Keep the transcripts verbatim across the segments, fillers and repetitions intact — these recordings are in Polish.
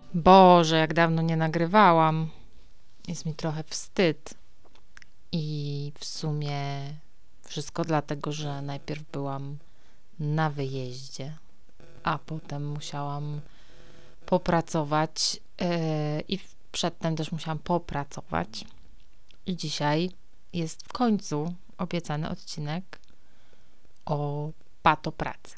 Boże, jak dawno nie nagrywałam. Jest mi trochę wstyd. I w sumie wszystko dlatego, że najpierw byłam na wyjeździe, a potem musiałam popracować yy, i przedtem też musiałam popracować. I dzisiaj jest w końcu obiecany odcinek o patopracy.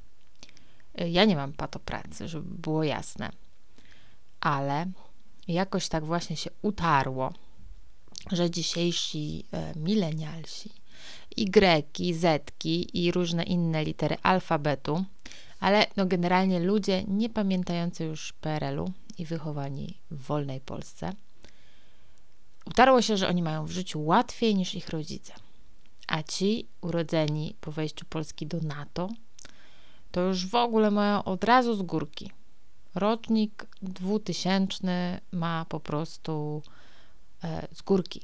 Yy, ja nie mam patopracy, żeby było jasne, ale jakoś tak właśnie się utarło, że dzisiejsi e, milenialsi, Y, Zetki i różne inne litery alfabetu, ale no generalnie ludzie nie pamiętający już P R L u i wychowani w wolnej Polsce, utarło się, że oni mają w życiu łatwiej niż ich rodzice. A ci urodzeni po wejściu Polski do NATO, to już w ogóle mają od razu z górki. Rocznik dwutysięczny ma po prostu e, z górki.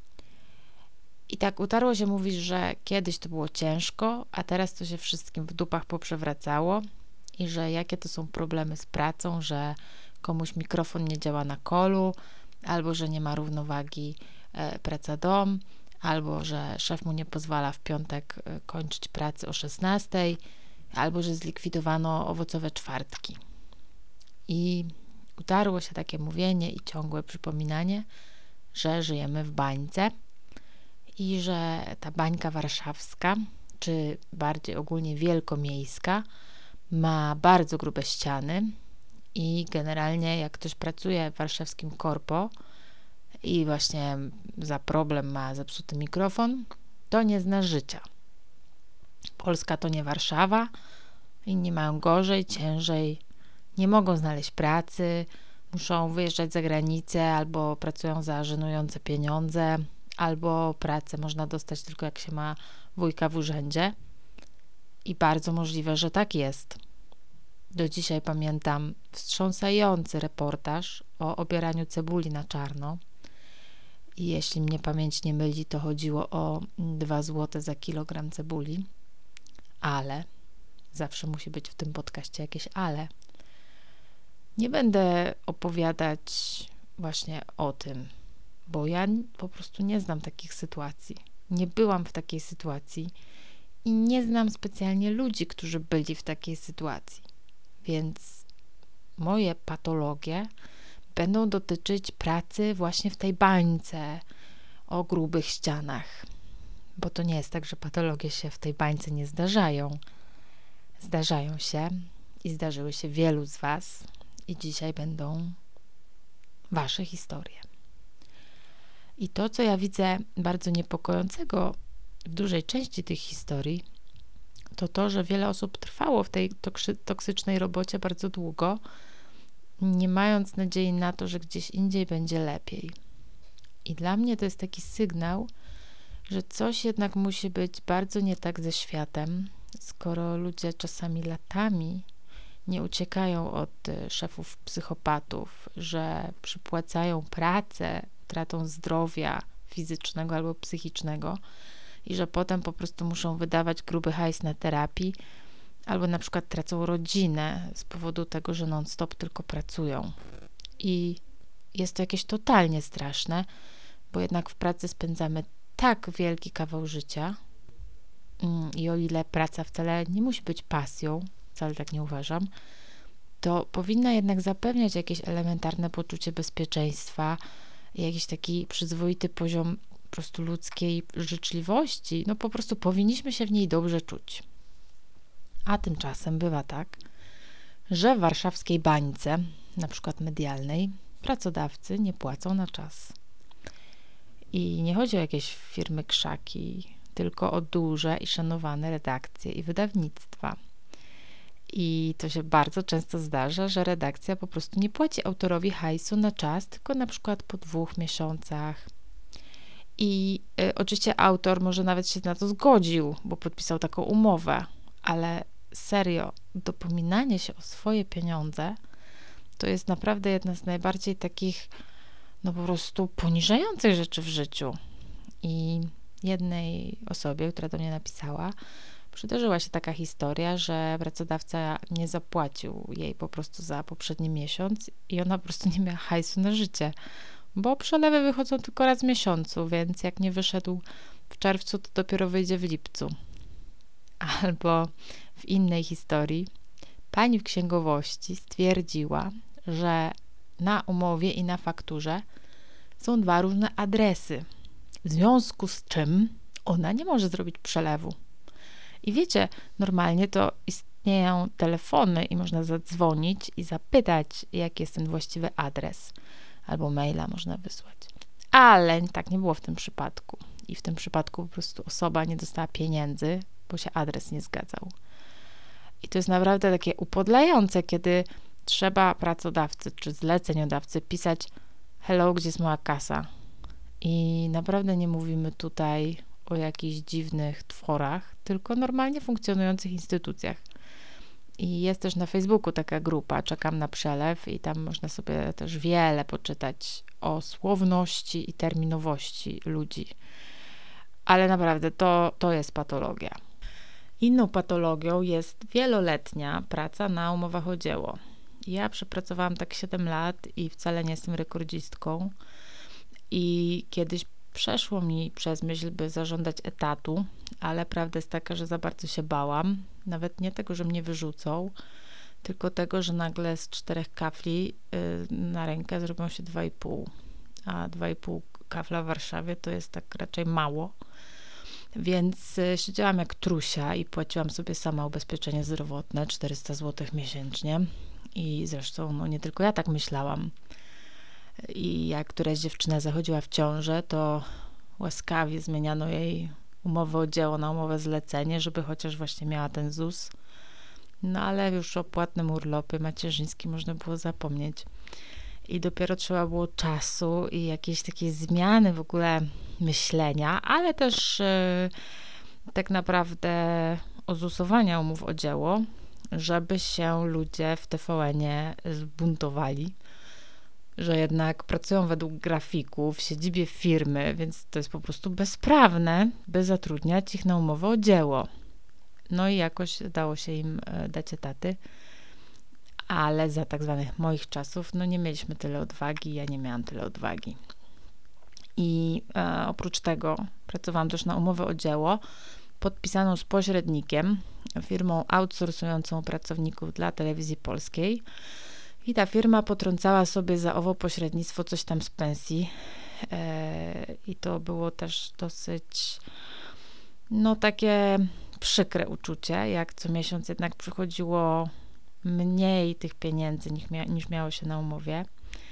I tak utarło się mówić, że kiedyś to było ciężko, a teraz to się wszystkim w dupach poprzewracało i że jakie to są problemy z pracą, że komuś mikrofon nie działa na kolu, albo że nie ma równowagi e, praca-dom, albo że szef mu nie pozwala w piątek e, kończyć pracy o szesnastej, albo że zlikwidowano owocowe czwartki. I utarło się takie mówienie i ciągłe przypominanie, że żyjemy w bańce i że ta bańka warszawska, czy bardziej ogólnie wielkomiejska, ma bardzo grube ściany i generalnie jak ktoś pracuje w warszawskim korpo i właśnie za problem ma zepsuty mikrofon, to nie zna życia. Polska to nie Warszawa, inni mają gorzej, ciężej, nie mogą znaleźć pracy, muszą wyjeżdżać za granicę albo pracują za żenujące pieniądze, albo pracę można dostać tylko jak się ma wujka w urzędzie. I bardzo możliwe, że tak jest. Do dzisiaj pamiętam wstrząsający reportaż o obieraniu cebuli na czarno. I jeśli mnie pamięć nie myli, to chodziło o dwa złote za kilogram cebuli. Ale, zawsze musi być w tym podcaście jakieś ale. Nie będę opowiadać właśnie o tym, bo ja po prostu nie znam takich sytuacji. Nie byłam w takiej sytuacji i nie znam specjalnie ludzi, którzy byli w takiej sytuacji. Więc moje patologie będą dotyczyć pracy właśnie w tej bańce o grubych ścianach. Bo to nie jest tak, że patologie się w tej bańce nie zdarzają. Zdarzają się i zdarzyły się wielu z was i dzisiaj będą wasze historie. I to, co ja widzę bardzo niepokojącego w dużej części tych historii, to to, że wiele osób trwało w tej toksy- toksycznej robocie bardzo długo, nie mając nadziei na to, że gdzieś indziej będzie lepiej. I dla mnie to jest taki sygnał, że coś jednak musi być bardzo nie tak ze światem, skoro ludzie czasami latami nie uciekają od szefów psychopatów, że przypłacają pracę utratą zdrowia fizycznego albo psychicznego i że potem po prostu muszą wydawać gruby hajs na terapii albo na przykład tracą rodzinę z powodu tego, że non-stop tylko pracują. I jest to jakieś totalnie straszne, bo jednak w pracy spędzamy tak wielki kawał życia i o ile praca wcale nie musi być pasją, wcale tak nie uważam, to powinna jednak zapewniać jakieś elementarne poczucie bezpieczeństwa, jakiś taki przyzwoity poziom po prostu ludzkiej życzliwości. No po prostu powinniśmy się w niej dobrze czuć. A tymczasem bywa tak, że w warszawskiej bańce, na przykład medialnej, pracodawcy nie płacą na czas. I nie chodzi o jakieś firmy krzaki, tylko o duże i szanowane redakcje i wydawnictwa. I to się bardzo często zdarza, że redakcja po prostu nie płaci autorowi hajsu na czas, tylko na przykład po dwóch miesiącach. I y, oczywiście autor może nawet się na to zgodził, bo podpisał taką umowę, ale serio, dopominanie się o swoje pieniądze to jest naprawdę jedna z najbardziej takich no po prostu poniżających rzeczy w życiu. I jednej osobie, która do mnie napisała, Przydarzyła się taka historia, że pracodawca nie zapłacił jej po prostu za poprzedni miesiąc i ona po prostu nie miała hajsu na życie, bo przelewy wychodzą tylko raz w miesiącu, więc jak nie wyszedł w czerwcu, to dopiero wyjdzie w lipcu. Albo w innej historii pani w księgowości stwierdziła, że na umowie i na fakturze są dwa różne adresy, w związku z czym ona nie może zrobić przelewu. I wiecie, normalnie to istnieją telefony i można zadzwonić i zapytać, jaki jest ten właściwy adres, albo maila można wysłać. Ale tak nie było w tym przypadku. I w tym przypadku po prostu osoba nie dostała pieniędzy, bo się adres nie zgadzał. I to jest naprawdę takie upodlające, kiedy trzeba pracodawcy czy zleceniodawcy pisać: hello, gdzie jest moja kasa? I naprawdę nie mówimy tutaj o jakichś dziwnych tworach, tylko normalnie funkcjonujących instytucjach. I jest też na Facebooku taka grupa, czekam na przelew, i tam można sobie też wiele poczytać o słowności i terminowości ludzi. Ale naprawdę to, to jest patologia. Inną patologią jest wieloletnia praca na umowach o dzieło. Ja przepracowałam tak siedem lat i wcale nie jestem rekordzistką. I kiedyś przeszło mi przez myśl, by zażądać etatu, ale prawda jest taka, że za bardzo się bałam. Nawet nie tego, że mnie wyrzucą, tylko tego, że nagle z czterech kafli yy, na rękę zrobią się dwa i pół. A dwa i pół kafla w Warszawie to jest tak raczej mało. Więc y, siedziałam jak trusia i płaciłam sobie sama ubezpieczenie zdrowotne, czterysta złotych miesięcznie. I zresztą no, nie tylko ja tak myślałam. I jak któraś dziewczyna zachodziła w ciążę, to łaskawie zmieniano jej umowę o dzieło na umowę zlecenie, żeby chociaż właśnie miała ten Z U S. No ale już o płatnym urlopie macierzyńskim można było zapomnieć. I dopiero trzeba było czasu i jakiejś takiej zmiany w ogóle myślenia, ale też yy, tak naprawdę ozusowania umów o dzieło, żeby się ludzie w T V N-ie zbuntowali, że jednak pracują według grafików w siedzibie firmy, więc to jest po prostu bezprawne, by zatrudniać ich na umowę o dzieło. No i jakoś dało się im dać etaty, ale za tak zwanych moich czasów, no nie mieliśmy tyle odwagi, ja nie miałam tyle odwagi. I e, oprócz tego pracowałam też na umowę o dzieło podpisaną z pośrednikiem, firmą outsourcującą pracowników dla Telewizji Polskiej. I ta firma potrącała sobie za owo pośrednictwo coś tam z pensji. E, I to było też dosyć, no takie przykre uczucie, jak co miesiąc jednak przychodziło mniej tych pieniędzy niż, mia- niż miało się na umowie.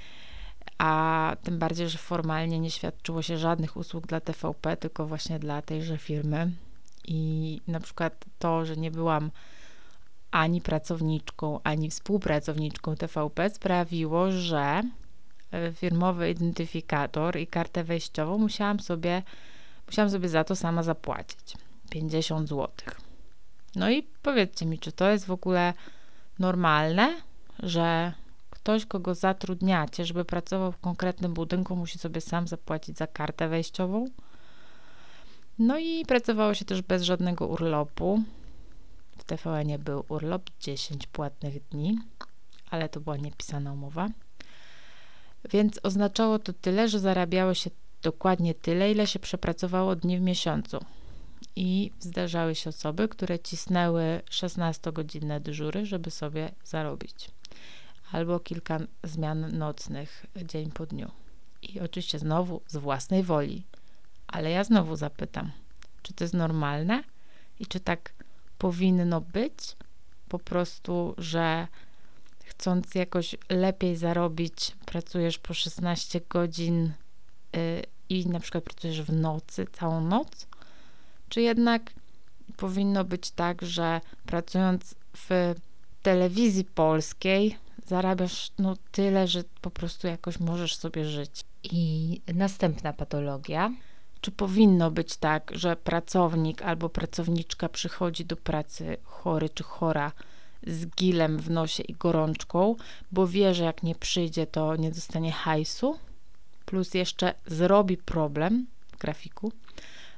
A tym bardziej, że formalnie nie świadczyło się żadnych usług dla T V P, tylko właśnie dla tejże firmy. I na przykład to, że nie byłam ani pracowniczką, ani współpracowniczką T V P sprawiło, że firmowy identyfikator i kartę wejściową musiałam sobie, musiałam sobie za to sama zapłacić. pięćdziesiąt złotych. No i powiedzcie mi, czy to jest w ogóle normalne, że ktoś, kogo zatrudniacie, żeby pracował w konkretnym budynku, musi sobie sam zapłacić za kartę wejściową? No i pracowało się też bez żadnego urlopu. W T V N-ie był urlop, dziesięć płatnych dni, ale to była niepisana umowa. Więc oznaczało to tyle, że zarabiało się dokładnie tyle, ile się przepracowało dni w miesiącu. I zdarzały się osoby, które cisnęły szesnastogodzinne dyżury, żeby sobie zarobić. Albo kilka zmian nocnych dzień po dniu. I oczywiście znowu z własnej woli. Ale ja znowu zapytam, czy to jest normalne i czy tak powinno być? Po prostu, że chcąc jakoś lepiej zarobić, pracujesz po szesnaście godzin yy, i na przykład pracujesz w nocy, całą noc? Czy jednak powinno być tak, że pracując w Telewizji Polskiej zarabiasz no tyle, że po prostu jakoś możesz sobie żyć? I następna patologia. Czy powinno być tak, że pracownik albo pracowniczka przychodzi do pracy chory czy chora z gilem w nosie i gorączką, bo wie, że jak nie przyjdzie, to nie dostanie hajsu, plus jeszcze zrobi problem w grafiku,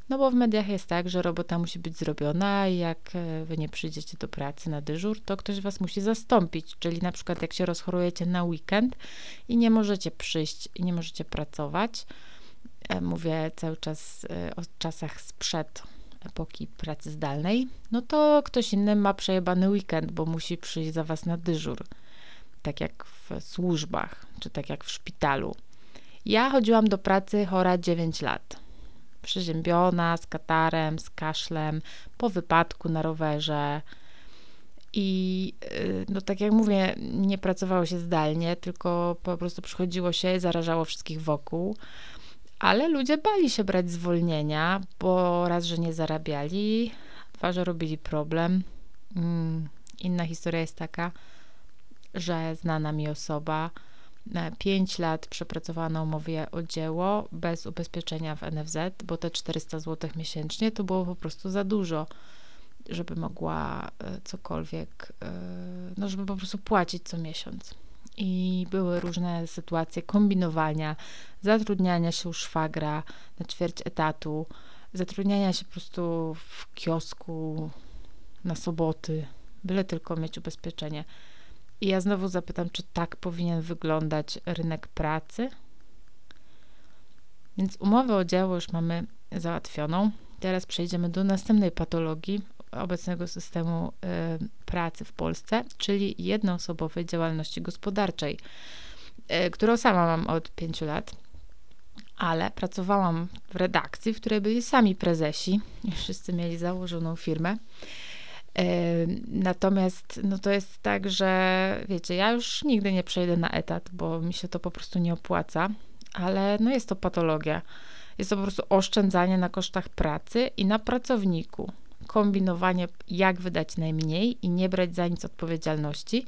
No bo w mediach jest tak, że robota musi być zrobiona i jak wy nie przyjdziecie do pracy na dyżur, to ktoś was musi zastąpić. Czyli na przykład jak się rozchorujecie na weekend i nie możecie przyjść i nie możecie pracować, mówię cały czas o czasach sprzed epoki pracy zdalnej, no to ktoś inny ma przejebany weekend, bo musi przyjść za was na dyżur. Tak jak w służbach, czy tak jak w szpitalu. Ja chodziłam do pracy chora dziewięć lat. Przeziębiona, z katarem, z kaszlem, po wypadku na rowerze. I no tak jak mówię, nie pracowało się zdalnie, tylko po prostu przychodziło się i zarażało wszystkich wokół. Ale ludzie bali się brać zwolnienia, bo raz, że nie zarabiali, dwa, że robili problem. Mm, inna historia jest taka, że znana mi osoba pięć lat przepracowała na umowie o dzieło bez ubezpieczenia w N F Z, bo te czterysta złotych miesięcznie to było po prostu za dużo, żeby mogła cokolwiek, no żeby po prostu płacić co miesiąc. I były różne sytuacje kombinowania, zatrudniania się u szwagra na ćwierć etatu, zatrudniania się po prostu w kiosku na soboty, byle tylko mieć ubezpieczenie. I ja znowu zapytam, czy tak powinien wyglądać rynek pracy? Więc umowę o dzieło już mamy załatwioną. Teraz przejdziemy do następnej patologii obecnego systemu y, pracy w Polsce, czyli jednoosobowej działalności gospodarczej, y, którą sama mam od pięciu lat, ale pracowałam w redakcji, w której byli sami prezesi i wszyscy mieli założoną firmę. Natomiast no to jest tak, że wiecie, ja już nigdy nie przejdę na etat, bo mi się to po prostu nie opłaca, ale no jest to patologia. Jest to po prostu oszczędzanie na kosztach pracy i na pracowniku. Kombinowanie, jak wydać najmniej i nie brać za nic odpowiedzialności.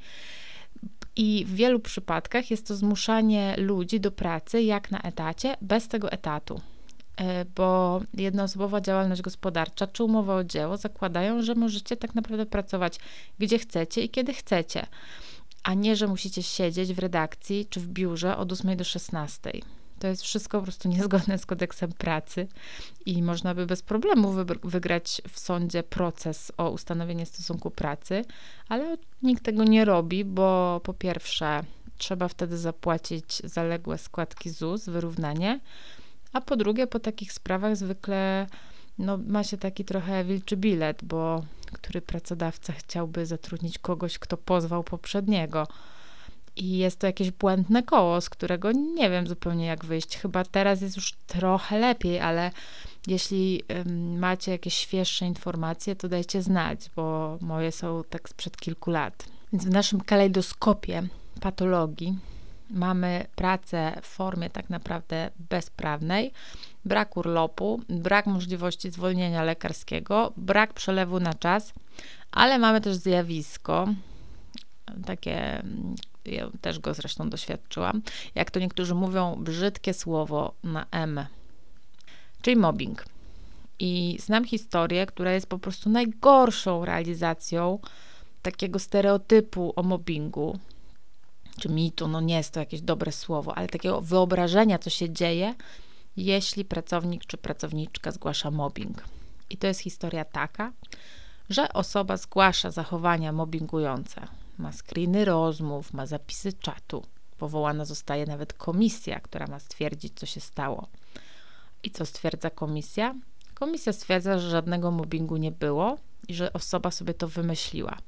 I w wielu przypadkach jest to zmuszanie ludzi do pracy jak na etacie, bez tego etatu. Bo jednoosobowa działalność gospodarcza czy umowa o dzieło zakładają, że możecie tak naprawdę pracować gdzie chcecie i kiedy chcecie, a nie, że musicie siedzieć w redakcji czy w biurze od ósmej do szesnastej. To jest wszystko po prostu niezgodne z kodeksem pracy i można by bez problemu wygrać w sądzie proces o ustanowienie stosunku pracy, ale nikt tego nie robi, bo po pierwsze trzeba wtedy zapłacić zaległe składki Z U S, wyrównanie, a po drugie, po takich sprawach zwykle no, ma się taki trochę wilczy bilet, bo który pracodawca chciałby zatrudnić kogoś, kto pozwał poprzedniego. I jest to jakieś błędne koło, z którego nie wiem zupełnie jak wyjść. Chyba teraz jest już trochę lepiej, ale jeśli ym, macie jakieś świeższe informacje, to dajcie znać, bo moje są tak sprzed kilku lat. Więc w naszym kalejdoskopie patologii mamy pracę w formie tak naprawdę bezprawnej, brak urlopu, brak możliwości zwolnienia lekarskiego, brak przelewu na czas, ale mamy też zjawisko, takie, ja też go zresztą doświadczyłam, jak to niektórzy mówią, brzydkie słowo na M, czyli mobbing. I znam historię, która jest po prostu najgorszą realizacją takiego stereotypu o mobbingu, czy mitu, no nie jest to jakieś dobre słowo, ale takiego wyobrażenia, co się dzieje, jeśli pracownik czy pracowniczka zgłasza mobbing. I to jest historia taka, że osoba zgłasza zachowania mobbingujące, ma screeny rozmów, ma zapisy czatu, powołana zostaje nawet komisja, która ma stwierdzić, co się stało. I co stwierdza komisja? Komisja stwierdza, że żadnego mobbingu nie było i że osoba sobie to wymyśliła.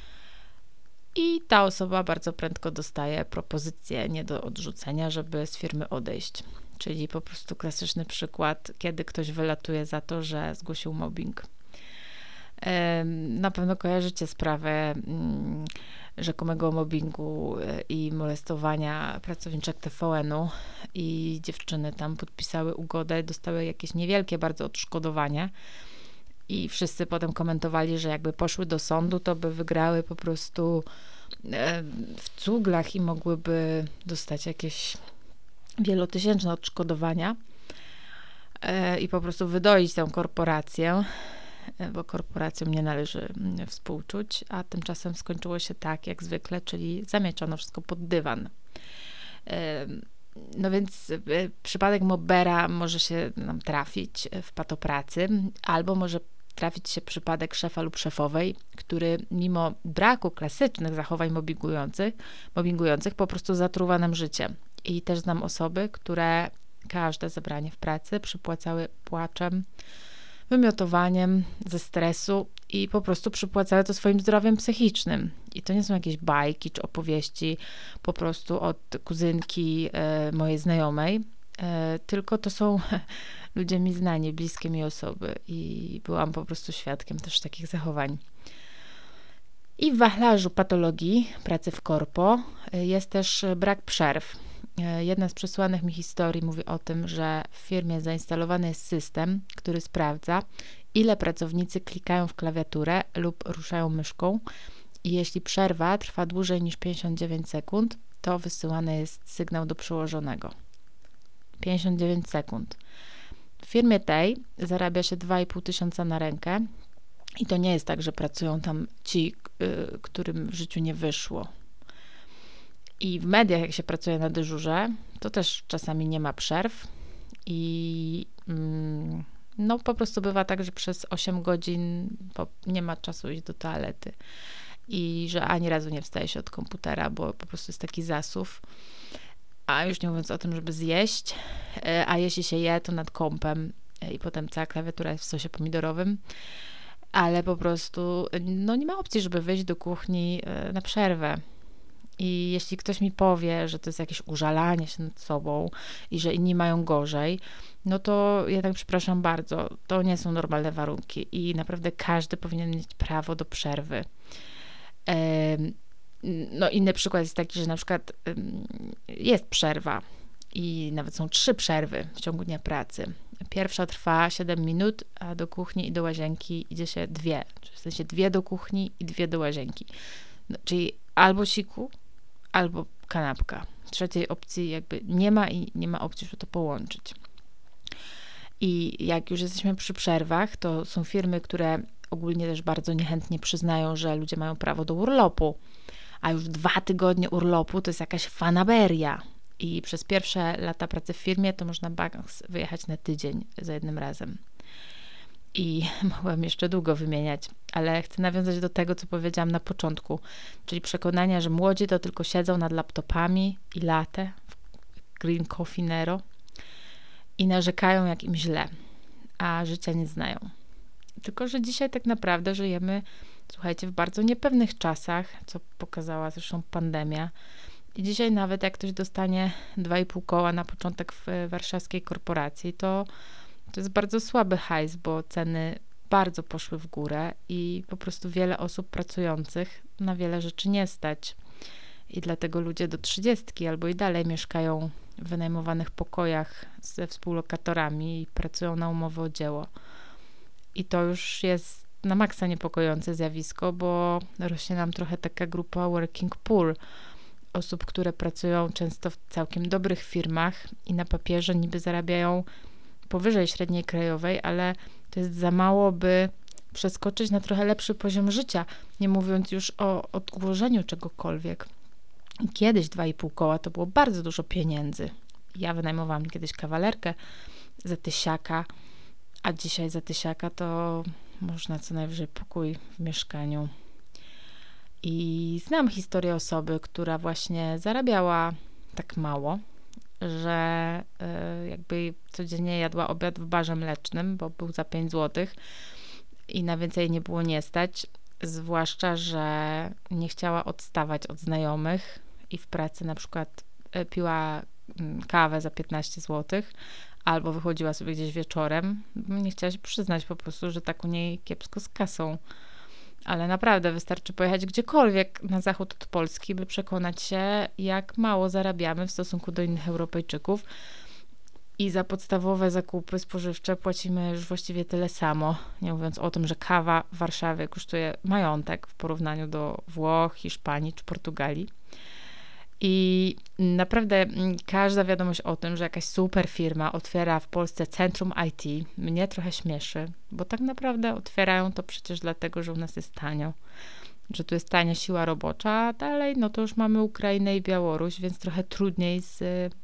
I ta osoba bardzo prędko dostaje propozycję nie do odrzucenia, żeby z firmy odejść. Czyli po prostu klasyczny przykład, kiedy ktoś wylatuje za to, że zgłosił mobbing. Na pewno kojarzycie sprawę rzekomego mobbingu i molestowania pracowniczek T V N-u i dziewczyny tam podpisały ugodę, dostały jakieś niewielkie bardzo odszkodowanie. I wszyscy potem komentowali, że jakby poszły do sądu, to by wygrały po prostu w cuglach i mogłyby dostać jakieś wielotysięczne odszkodowania i po prostu wydoić tę korporację, bo korporacjom nie należy współczuć, a tymczasem skończyło się tak jak zwykle, czyli zamieczono wszystko pod dywan. No więc przypadek mobbera może się nam trafić w patopracy, albo może trafić się przypadek szefa lub szefowej, który mimo braku klasycznych zachowań mobbingujących, mobbingujących po prostu zatruwa nam życie. I też znam osoby, które każde zebranie w pracy przypłacały płaczem, wymiotowaniem ze stresu i po prostu przypłacały to swoim zdrowiem psychicznym. I to nie są jakieś bajki czy opowieści po prostu od kuzynki e, mojej znajomej, e, tylko to są ludzie mi znani, bliskie mi osoby i byłam po prostu świadkiem też takich zachowań. I w wachlarzu patologii pracy w korpo jest też brak przerw. Jedna z przesłanych mi historii mówi o tym, że w firmie zainstalowany jest system, który sprawdza, ile pracownicy klikają w klawiaturę lub ruszają myszką i jeśli przerwa trwa dłużej niż pięćdziesiąt dziewięć sekund, to wysyłany jest sygnał do przełożonego. pięćdziesiąt dziewięć sekund. W firmie tej zarabia się dwa i pół tysiąca na rękę i to nie jest tak, że pracują tam ci, y, którym w życiu nie wyszło. I w mediach, jak się pracuje na dyżurze, to też czasami nie ma przerw i mm, no po prostu bywa tak, że przez osiem godzin nie ma czasu iść do toalety i że ani razu nie wstaje się od komputera, bo po prostu jest taki zasuw. A już nie mówiąc o tym, żeby zjeść, a jeśli się je, to nad kompem i potem cała klawiatura jest w sosie pomidorowym, ale po prostu no nie ma opcji, żeby wyjść do kuchni na przerwę. I jeśli ktoś mi powie, że to jest jakieś użalanie się nad sobą i że inni mają gorzej, no to ja tak przepraszam bardzo, to nie są normalne warunki i naprawdę każdy powinien mieć prawo do przerwy. No inny przykład jest taki, że na przykład jest przerwa i nawet są trzy przerwy w ciągu dnia pracy. Pierwsza trwa siedem minut, a do kuchni i do łazienki idzie się dwie, w sensie dwie do kuchni i dwie do łazienki. No, czyli albo siku, albo kanapka. Trzeciej opcji jakby nie ma i nie ma opcji, żeby to połączyć. I jak już jesteśmy przy przerwach, to są firmy, które ogólnie też bardzo niechętnie przyznają, że ludzie mają prawo do urlopu, a już dwa tygodnie urlopu to jest jakaś fanaberia. I przez pierwsze lata pracy w firmie to można baks wyjechać na tydzień za jednym razem. I mogłam jeszcze długo wymieniać, ale chcę nawiązać do tego, co powiedziałam na początku, czyli przekonania, że młodzi to tylko siedzą nad laptopami i latte, green coffee Nero i narzekają, jak im źle, a życia nie znają. Tylko że dzisiaj tak naprawdę żyjemy, słuchajcie, w bardzo niepewnych czasach, co pokazała zresztą pandemia. I dzisiaj nawet jak ktoś dostanie dwa i pół koła na początek w warszawskiej korporacji, to to jest bardzo słaby hajs, bo ceny bardzo poszły w górę i po prostu wiele osób pracujących na wiele rzeczy nie stać. I dlatego ludzie do trzydziestki albo i dalej mieszkają w wynajmowanych pokojach ze współlokatorami i pracują na umowę o dzieło. I to już jest na maksa niepokojące zjawisko, bo rośnie nam trochę taka grupa working poor, osób, które pracują często w całkiem dobrych firmach i na papierze niby zarabiają powyżej średniej krajowej, ale to jest za mało, by przeskoczyć na trochę lepszy poziom życia, nie mówiąc już o odłożeniu czegokolwiek. I kiedyś dwa i pół koła to było bardzo dużo pieniędzy. Ja wynajmowałam kiedyś kawalerkę za tysiaka, a dzisiaj za tysiaka to można co najwyżej pokój w mieszkaniu. I znam historię osoby, która właśnie zarabiała tak mało, że y, jakby codziennie jadła obiad w barze mlecznym, bo był za pięć złotych i na więcej nie było nie stać, zwłaszcza, że nie chciała odstawać od znajomych i w pracy na przykład y, piła y, kawę za piętnaście złotych albo wychodziła sobie gdzieś wieczorem, nie chciała się przyznać po prostu, że tak u niej kiepsko z kasą. Ale naprawdę wystarczy pojechać gdziekolwiek na zachód od Polski, by przekonać się, jak mało zarabiamy w stosunku do innych Europejczyków. I za podstawowe zakupy spożywcze płacimy już właściwie tyle samo. Nie mówiąc o tym, że kawa w Warszawie kosztuje majątek w porównaniu do Włoch, Hiszpanii czy Portugalii. I naprawdę każda wiadomość o tym, że jakaś super firma otwiera w Polsce centrum I T, mnie trochę śmieszy, bo tak naprawdę otwierają to przecież dlatego, że u nas jest tanio, że tu jest tania siła robocza, a dalej no to już mamy Ukrainę i Białoruś, więc trochę trudniej z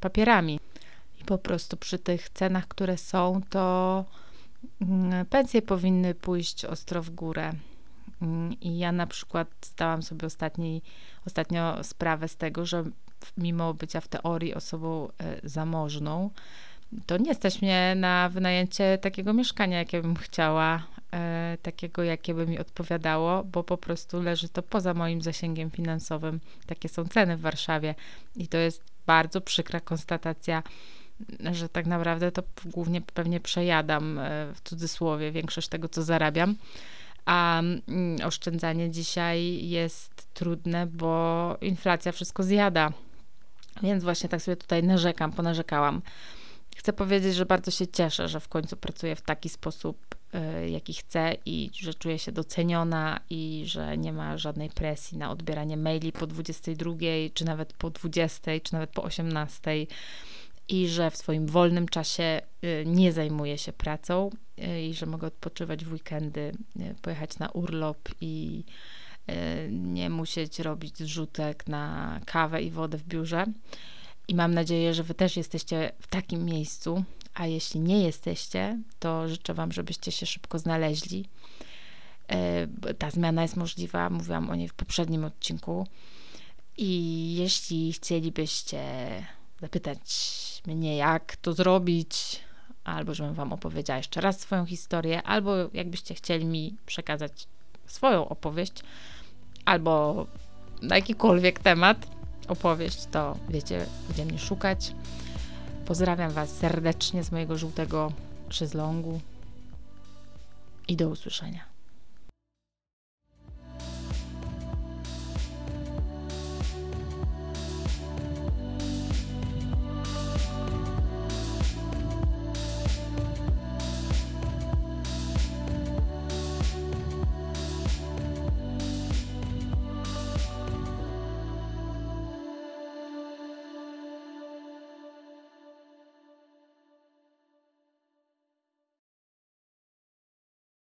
papierami. I po prostu przy tych cenach, które są, to pensje powinny pójść ostro w górę. I ja na przykład zdałam sobie ostatni, ostatnio sprawę z tego, że mimo bycia w teorii osobą zamożną, to nie stać mnie na wynajęcie takiego mieszkania, jakie bym chciała, e, takiego, jakie by mi odpowiadało, bo po prostu leży to poza moim zasięgiem finansowym. Takie są ceny w Warszawie i to jest bardzo przykra konstatacja, że tak naprawdę to głównie pewnie przejadam, e, w cudzysłowie, większość tego, co zarabiam, a mm, oszczędzanie dzisiaj jest trudne, bo inflacja wszystko zjada. Więc właśnie tak sobie tutaj narzekam, ponarzekałam. Chcę powiedzieć, że bardzo się cieszę, że w końcu pracuję w taki sposób, y, jaki chcę i że czuję się doceniona i że nie ma żadnej presji na odbieranie maili po dwudziestej drugiej, czy nawet po dwudziestej, czy nawet po osiemnastej i że w swoim wolnym czasie y, nie zajmuję się pracą y, i że mogę odpoczywać w weekendy, y, pojechać na urlop i y, nie musieć robić zrzutek na kawę i wodę w biurze. I mam nadzieję, że wy też jesteście w takim miejscu, a jeśli nie jesteście, to życzę wam, żebyście się szybko znaleźli. Ta zmiana jest możliwa, mówiłam o niej w poprzednim odcinku. I jeśli chcielibyście zapytać mnie, jak to zrobić, albo żebym wam opowiedziała jeszcze raz swoją historię, albo jakbyście chcieli mi przekazać swoją opowieść, albo na jakikolwiek temat, opowieść, to wiecie, gdzie mnie szukać. Pozdrawiam was serdecznie z mojego żółtego szezlongu i do usłyszenia.